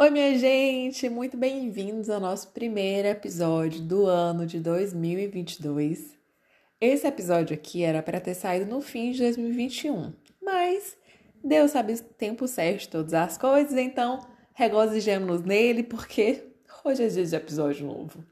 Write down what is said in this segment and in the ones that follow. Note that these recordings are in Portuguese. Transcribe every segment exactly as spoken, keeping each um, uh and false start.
Oi, minha gente! Muito bem-vindos ao nosso primeiro episódio do ano de dois mil e vinte e dois. Esse episódio aqui era para ter saído no fim de dois mil e vinte e um, mas Deus sabe o tempo certo de todas as coisas, então regozijemos-nos nele, porque hoje é dia de episódio novo.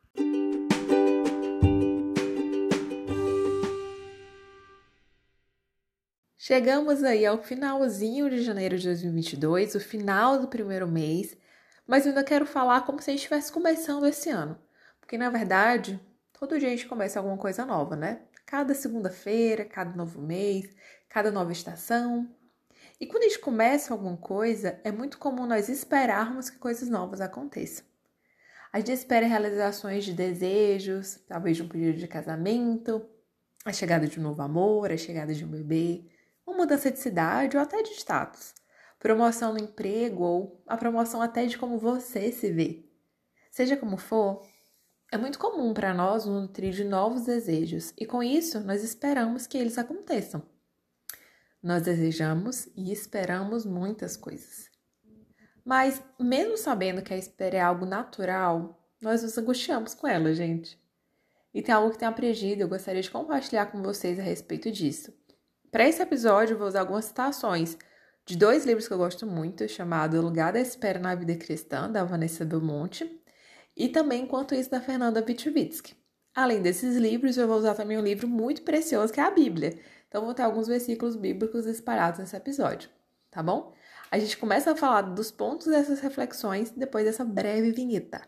Chegamos aí ao finalzinho de janeiro de dois mil e vinte e dois, o final do primeiro mês, mas eu ainda quero falar como se a gente estivesse começando esse ano. Porque, na verdade, todo dia a gente começa alguma coisa nova, né? Cada segunda-feira, cada novo mês, cada nova estação. E quando a gente começa alguma coisa, é muito comum nós esperarmos que coisas novas aconteçam. A gente espera realizações de desejos, talvez de um pedido de casamento, a chegada de um novo amor, a chegada de um bebê, uma mudança de cidade ou até de status, promoção no emprego ou a promoção até de como você se vê. Seja como for, é muito comum para nós nos nutrir de novos desejos e com isso nós esperamos que eles aconteçam. Nós desejamos e esperamos muitas coisas. Mas, mesmo sabendo que a espera é algo natural, nós nos angustiamos com ela, gente. E tem algo que tenho aprendido e eu gostaria de compartilhar com vocês a respeito disso. Para esse episódio, eu vou usar algumas citações de dois livros que eu gosto muito, chamado O Lugar da Espera na Vida Cristã, da Vanessa Belmonte, e também Enquanto Isso, da Fernanda Witwicki. Além desses livros, eu vou usar também um livro muito precioso, que é a Bíblia. Então, vou ter alguns versículos bíblicos espalhados nesse episódio, tá bom? A gente começa a falar dos pontos dessas reflexões depois dessa breve vinheta.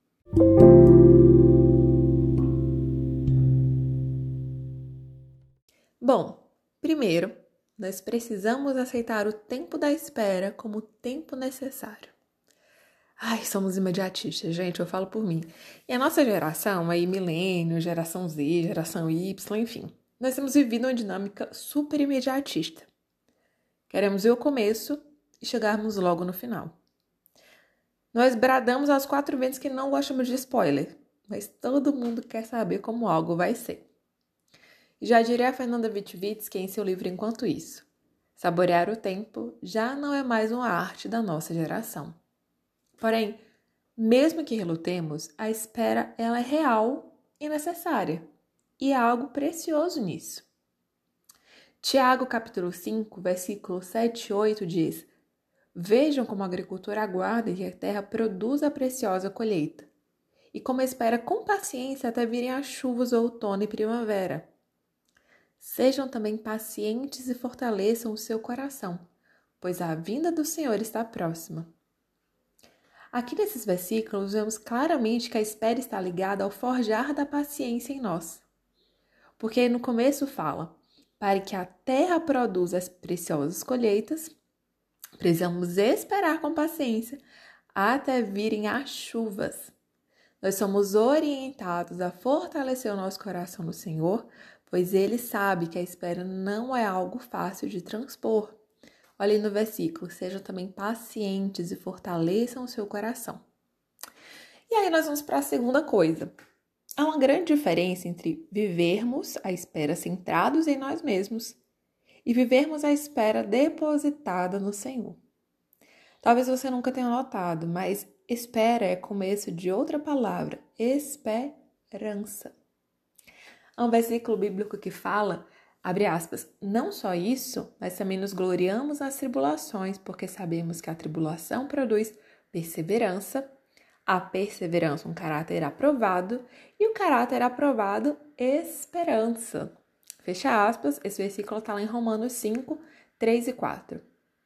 Bom, primeiro, nós precisamos aceitar o tempo da espera como o tempo necessário. Ai, somos imediatistas, gente, eu falo por mim. E a nossa geração, aí milênio, geração Z, geração Y, enfim, nós temos vivido uma dinâmica super imediatista. Queremos ver o começo e chegarmos logo no final. Nós bradamos aos quatro ventos que não gostamos de spoiler, mas todo mundo quer saber como algo vai ser. Já diria a Fernanda Witwicki em seu livro Enquanto Isso, saborear o tempo já não é mais uma arte da nossa geração. Porém, mesmo que relutemos, a espera ela é real e necessária, e há algo precioso nisso. Tiago capítulo cinco, versículos sete e oito diz: Vejam como o agricultor aguarda que a terra produza a preciosa colheita, e como espera com paciência até virem as chuvas outono e primavera. Sejam também pacientes e fortaleçam o seu coração, pois a vinda do Senhor está próxima. Aqui nesses versículos, vemos claramente que a espera está ligada ao forjar da paciência em nós. Porque no começo fala, para que a terra produza as preciosas colheitas, precisamos esperar com paciência até virem as chuvas. Nós somos orientados a fortalecer o nosso coração no Senhor, pois Ele sabe que a espera não é algo fácil de transpor. Olha aí no versículo, sejam também pacientes e fortaleçam o seu coração. E aí nós vamos para a segunda coisa. Há uma grande diferença entre vivermos a espera centrados em nós mesmos e vivermos a espera depositada no Senhor. Talvez você nunca tenha notado, mas espera é começo de outra palavra, esperança. Há um versículo bíblico que fala, abre aspas, não só isso, mas também nos gloriamos nas tribulações, porque sabemos que a tribulação produz perseverança, a perseverança um caráter aprovado e o caráter aprovado esperança. Fecha aspas, esse versículo está lá em Romanos cinco, três e quatro.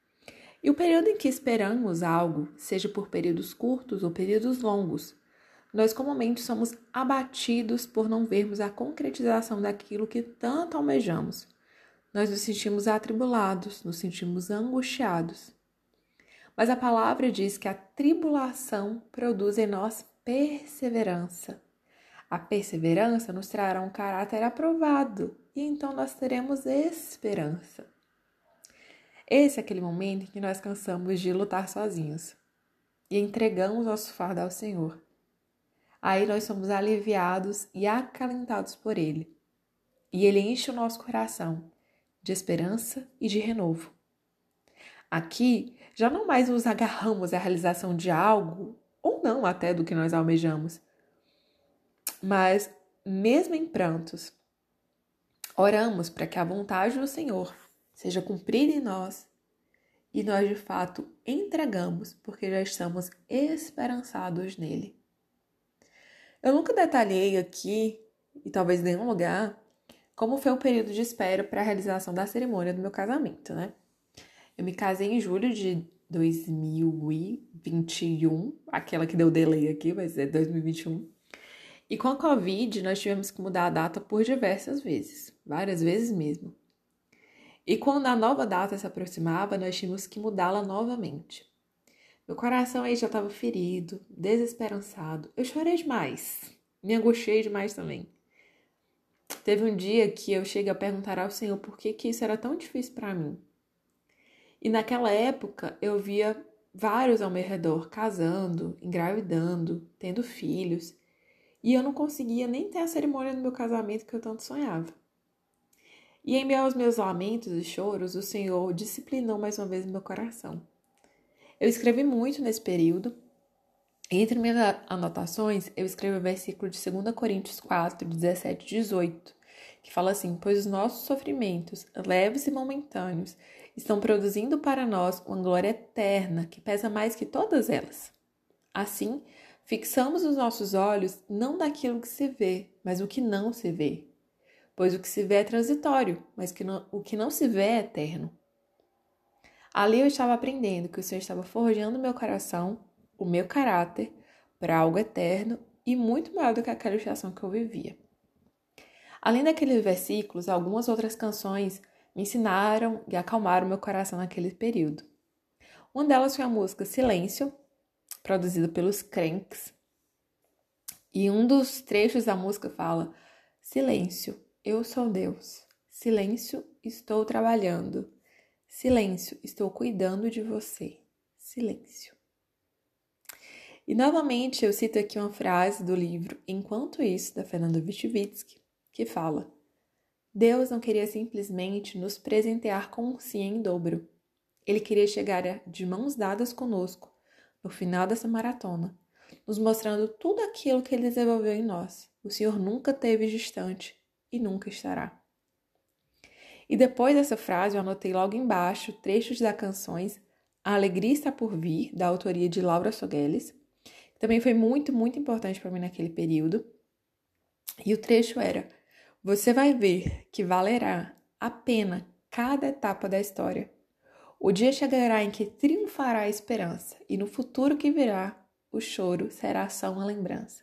E o período em que esperamos algo, seja por períodos curtos ou períodos longos, nós comumente somos abatidos por não vermos a concretização daquilo que tanto almejamos. Nós nos sentimos atribulados, nos sentimos angustiados. Mas a palavra diz que a tribulação produz em nós perseverança. A perseverança nos trará um caráter aprovado e então nós teremos esperança. Esse é aquele momento em que nós cansamos de lutar sozinhos e entregamos nosso fardo ao Senhor. Aí nós somos aliviados e acalentados por Ele. E Ele enche o nosso coração de esperança e de renovo. Aqui, já não mais nos agarramos à realização de algo, ou não até do que nós almejamos, mas, mesmo em prantos, oramos para que a vontade do Senhor seja cumprida em nós e nós, de fato, entregamos porque já estamos esperançados nele. Eu nunca detalhei aqui, e talvez em nenhum lugar, como foi o período de espera para a realização da cerimônia do meu casamento, né? Eu me casei em julho de dois mil e vinte e um, aquela que deu delay aqui, mas é dois mil e vinte e um. E com a Covid, nós tivemos que mudar a data por diversas vezes, várias vezes mesmo. E quando a nova data se aproximava, nós tínhamos que mudá-la novamente. Meu coração aí já estava ferido, desesperançado. Eu chorei demais, me angustiei demais também. Teve um dia que eu cheguei a perguntar ao Senhor por que, que isso era tão difícil para mim. E naquela época eu via vários ao meu redor casando, engravidando, tendo filhos. E eu não conseguia nem ter a cerimônia do meu casamento que eu tanto sonhava. E em meio aos meus lamentos e choros, o Senhor disciplinou mais uma vez meu coração. Eu escrevi muito nesse período. Entre minhas anotações, eu escrevi o versículo de dois Coríntios quatro, dezessete e dezoito, que fala assim: pois os nossos sofrimentos, leves e momentâneos, estão produzindo para nós uma glória eterna que pesa mais que todas elas. Assim, fixamos os nossos olhos não naquilo que se vê, mas o que não se vê. Pois o que se vê é transitório, mas que não, o que não se vê é eterno. Ali eu estava aprendendo que o Senhor estava forjando meu coração, o meu caráter, para algo eterno e muito maior do que aquela estação que eu vivia. Além daqueles versículos, algumas outras canções me ensinaram e acalmaram meu coração naquele período. Uma delas foi a música Silêncio, produzida pelos Cranks. E um dos trechos da música fala: silêncio, eu sou Deus. Silêncio, estou trabalhando. Silêncio, estou cuidando de você. Silêncio. E novamente eu cito aqui uma frase do livro Enquanto Isso, da Fernanda Witwicki, que fala: Deus não queria simplesmente nos presentear com um sim em dobro. Ele queria chegar de mãos dadas conosco, no final dessa maratona, nos mostrando tudo aquilo que Ele desenvolveu em nós. O Senhor nunca esteve distante e nunca estará. E depois dessa frase, eu anotei logo embaixo trechos das canções A Alegria Está Por Vir, da autoria de Laura Sogueles, que também foi muito, muito importante para mim naquele período. E o trecho era: você vai ver que valerá a pena cada etapa da história. O dia chegará em que triunfará a esperança, e no futuro que virá, o choro será só uma lembrança.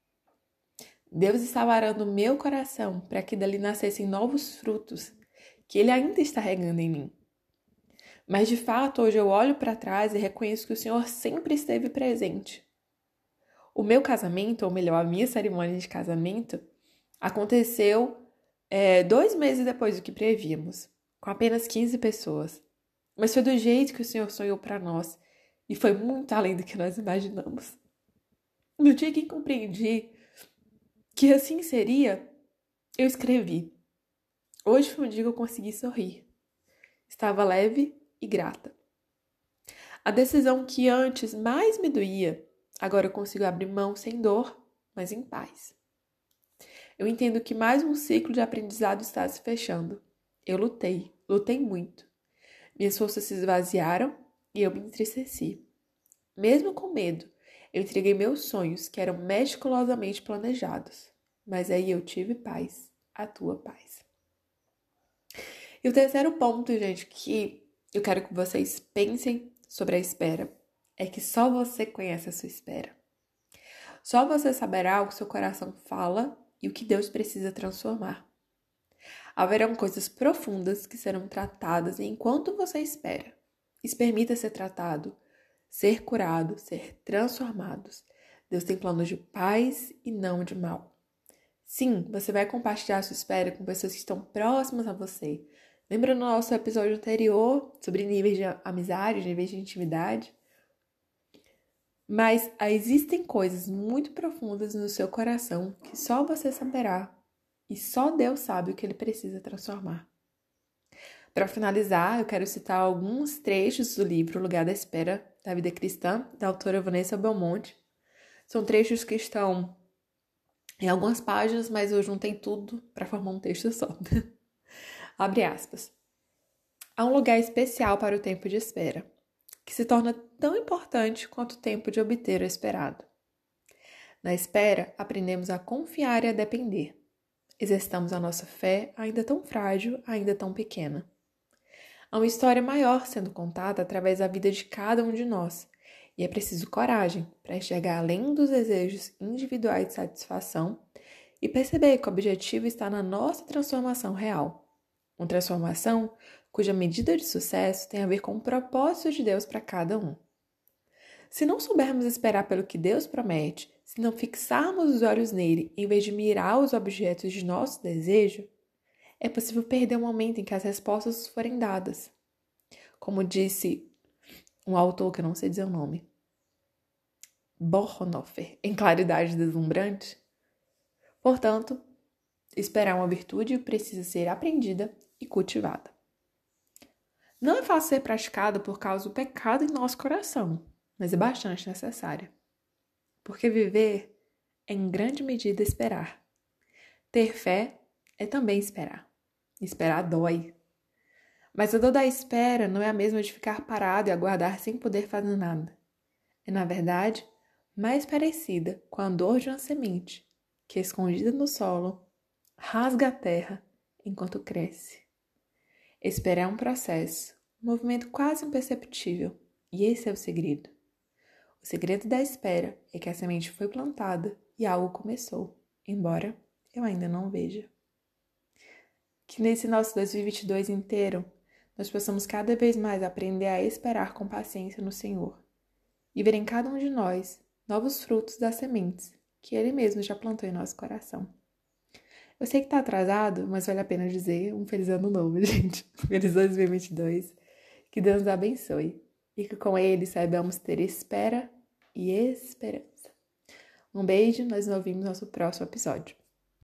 Deus estava arando o meu coração para que dali nascessem novos frutos, que Ele ainda está regando em mim. Mas de fato, hoje eu olho para trás e reconheço que o Senhor sempre esteve presente. O meu casamento, ou melhor, a minha cerimônia de casamento, aconteceu é, dois meses depois do que prevíamos, com apenas quinze pessoas. Mas foi do jeito que o Senhor sonhou para nós e foi muito além do que nós imaginamos. No dia que compreendi que assim seria, eu escrevi: hoje foi um dia que eu consegui sorrir. Estava leve e grata. A decisão que antes mais me doía, agora eu consigo abrir mão sem dor, mas em paz. Eu entendo que mais um ciclo de aprendizado está se fechando. Eu lutei, lutei muito. Minhas forças se esvaziaram e eu me entristeci. Mesmo com medo, eu entreguei meus sonhos, que eram meticulosamente planejados. Mas aí eu tive paz, a tua paz. E o terceiro ponto, gente, que eu quero que vocês pensem sobre a espera, é que só você conhece a sua espera. Só você saberá o que seu coração fala e o que Deus precisa transformar. Haverão coisas profundas que serão tratadas enquanto você espera. E permita ser tratado, ser curado, ser transformados. Deus tem planos de paz e não de mal. Sim, você vai compartilhar a sua espera com pessoas que estão próximas a você. Lembra no nosso episódio anterior sobre níveis de amizade, níveis de intimidade? Mas existem coisas muito profundas no seu coração que só você saberá. E só Deus sabe o que Ele precisa transformar. Para finalizar, eu quero citar alguns trechos do livro O Lugar da Espera, da Vida Cristã, da autora Vanessa Belmonte. São trechos que estão em algumas páginas, mas eu juntei tudo para formar um texto só. Abre aspas. Há um lugar especial para o tempo de espera, que se torna tão importante quanto o tempo de obter o esperado. Na espera, aprendemos a confiar e a depender. Exercitamos a nossa fé, ainda tão frágil, ainda tão pequena. Há uma história maior sendo contada através da vida de cada um de nós, e é preciso coragem para enxergar além dos desejos individuais de satisfação e perceber que o objetivo está na nossa transformação real. Uma transformação cuja medida de sucesso tem a ver com o propósito de Deus para cada um. Se não soubermos esperar pelo que Deus promete, se não fixarmos os olhos nele em vez de mirar os objetos de nosso desejo, é possível perder o momento em que as respostas forem dadas. Como disse um autor que eu não sei dizer o nome, Bonhoeffer, em Claridade Deslumbrante. Portanto, esperar é uma virtude que precisa ser aprendida e cultivada. Não é fácil ser praticado por causa do pecado em nosso coração, mas é bastante necessário. Porque viver é em grande medida esperar. Ter fé é também esperar. Esperar dói. Mas a dor da espera não é a mesma de ficar parado e aguardar sem poder fazer nada. É, na verdade, mais parecida com a dor de uma semente que, escondida no solo, rasga a terra enquanto cresce. Esperar é um processo, um movimento quase imperceptível, e esse é o segredo. O segredo da espera é que a semente foi plantada e algo começou, embora eu ainda não veja. Que nesse nosso dois mil e vinte e dois inteiro, nós possamos cada vez mais aprender a esperar com paciência no Senhor e ver em cada um de nós novos frutos das sementes que Ele mesmo já plantou em nosso coração. Eu sei que tá atrasado, mas vale a pena dizer um feliz ano novo, gente. Feliz dois mil e vinte e dois. Que Deus nos abençoe e que com Ele saibamos ter espera e esperança. Um beijo, nós nos ouvimos no nosso próximo episódio.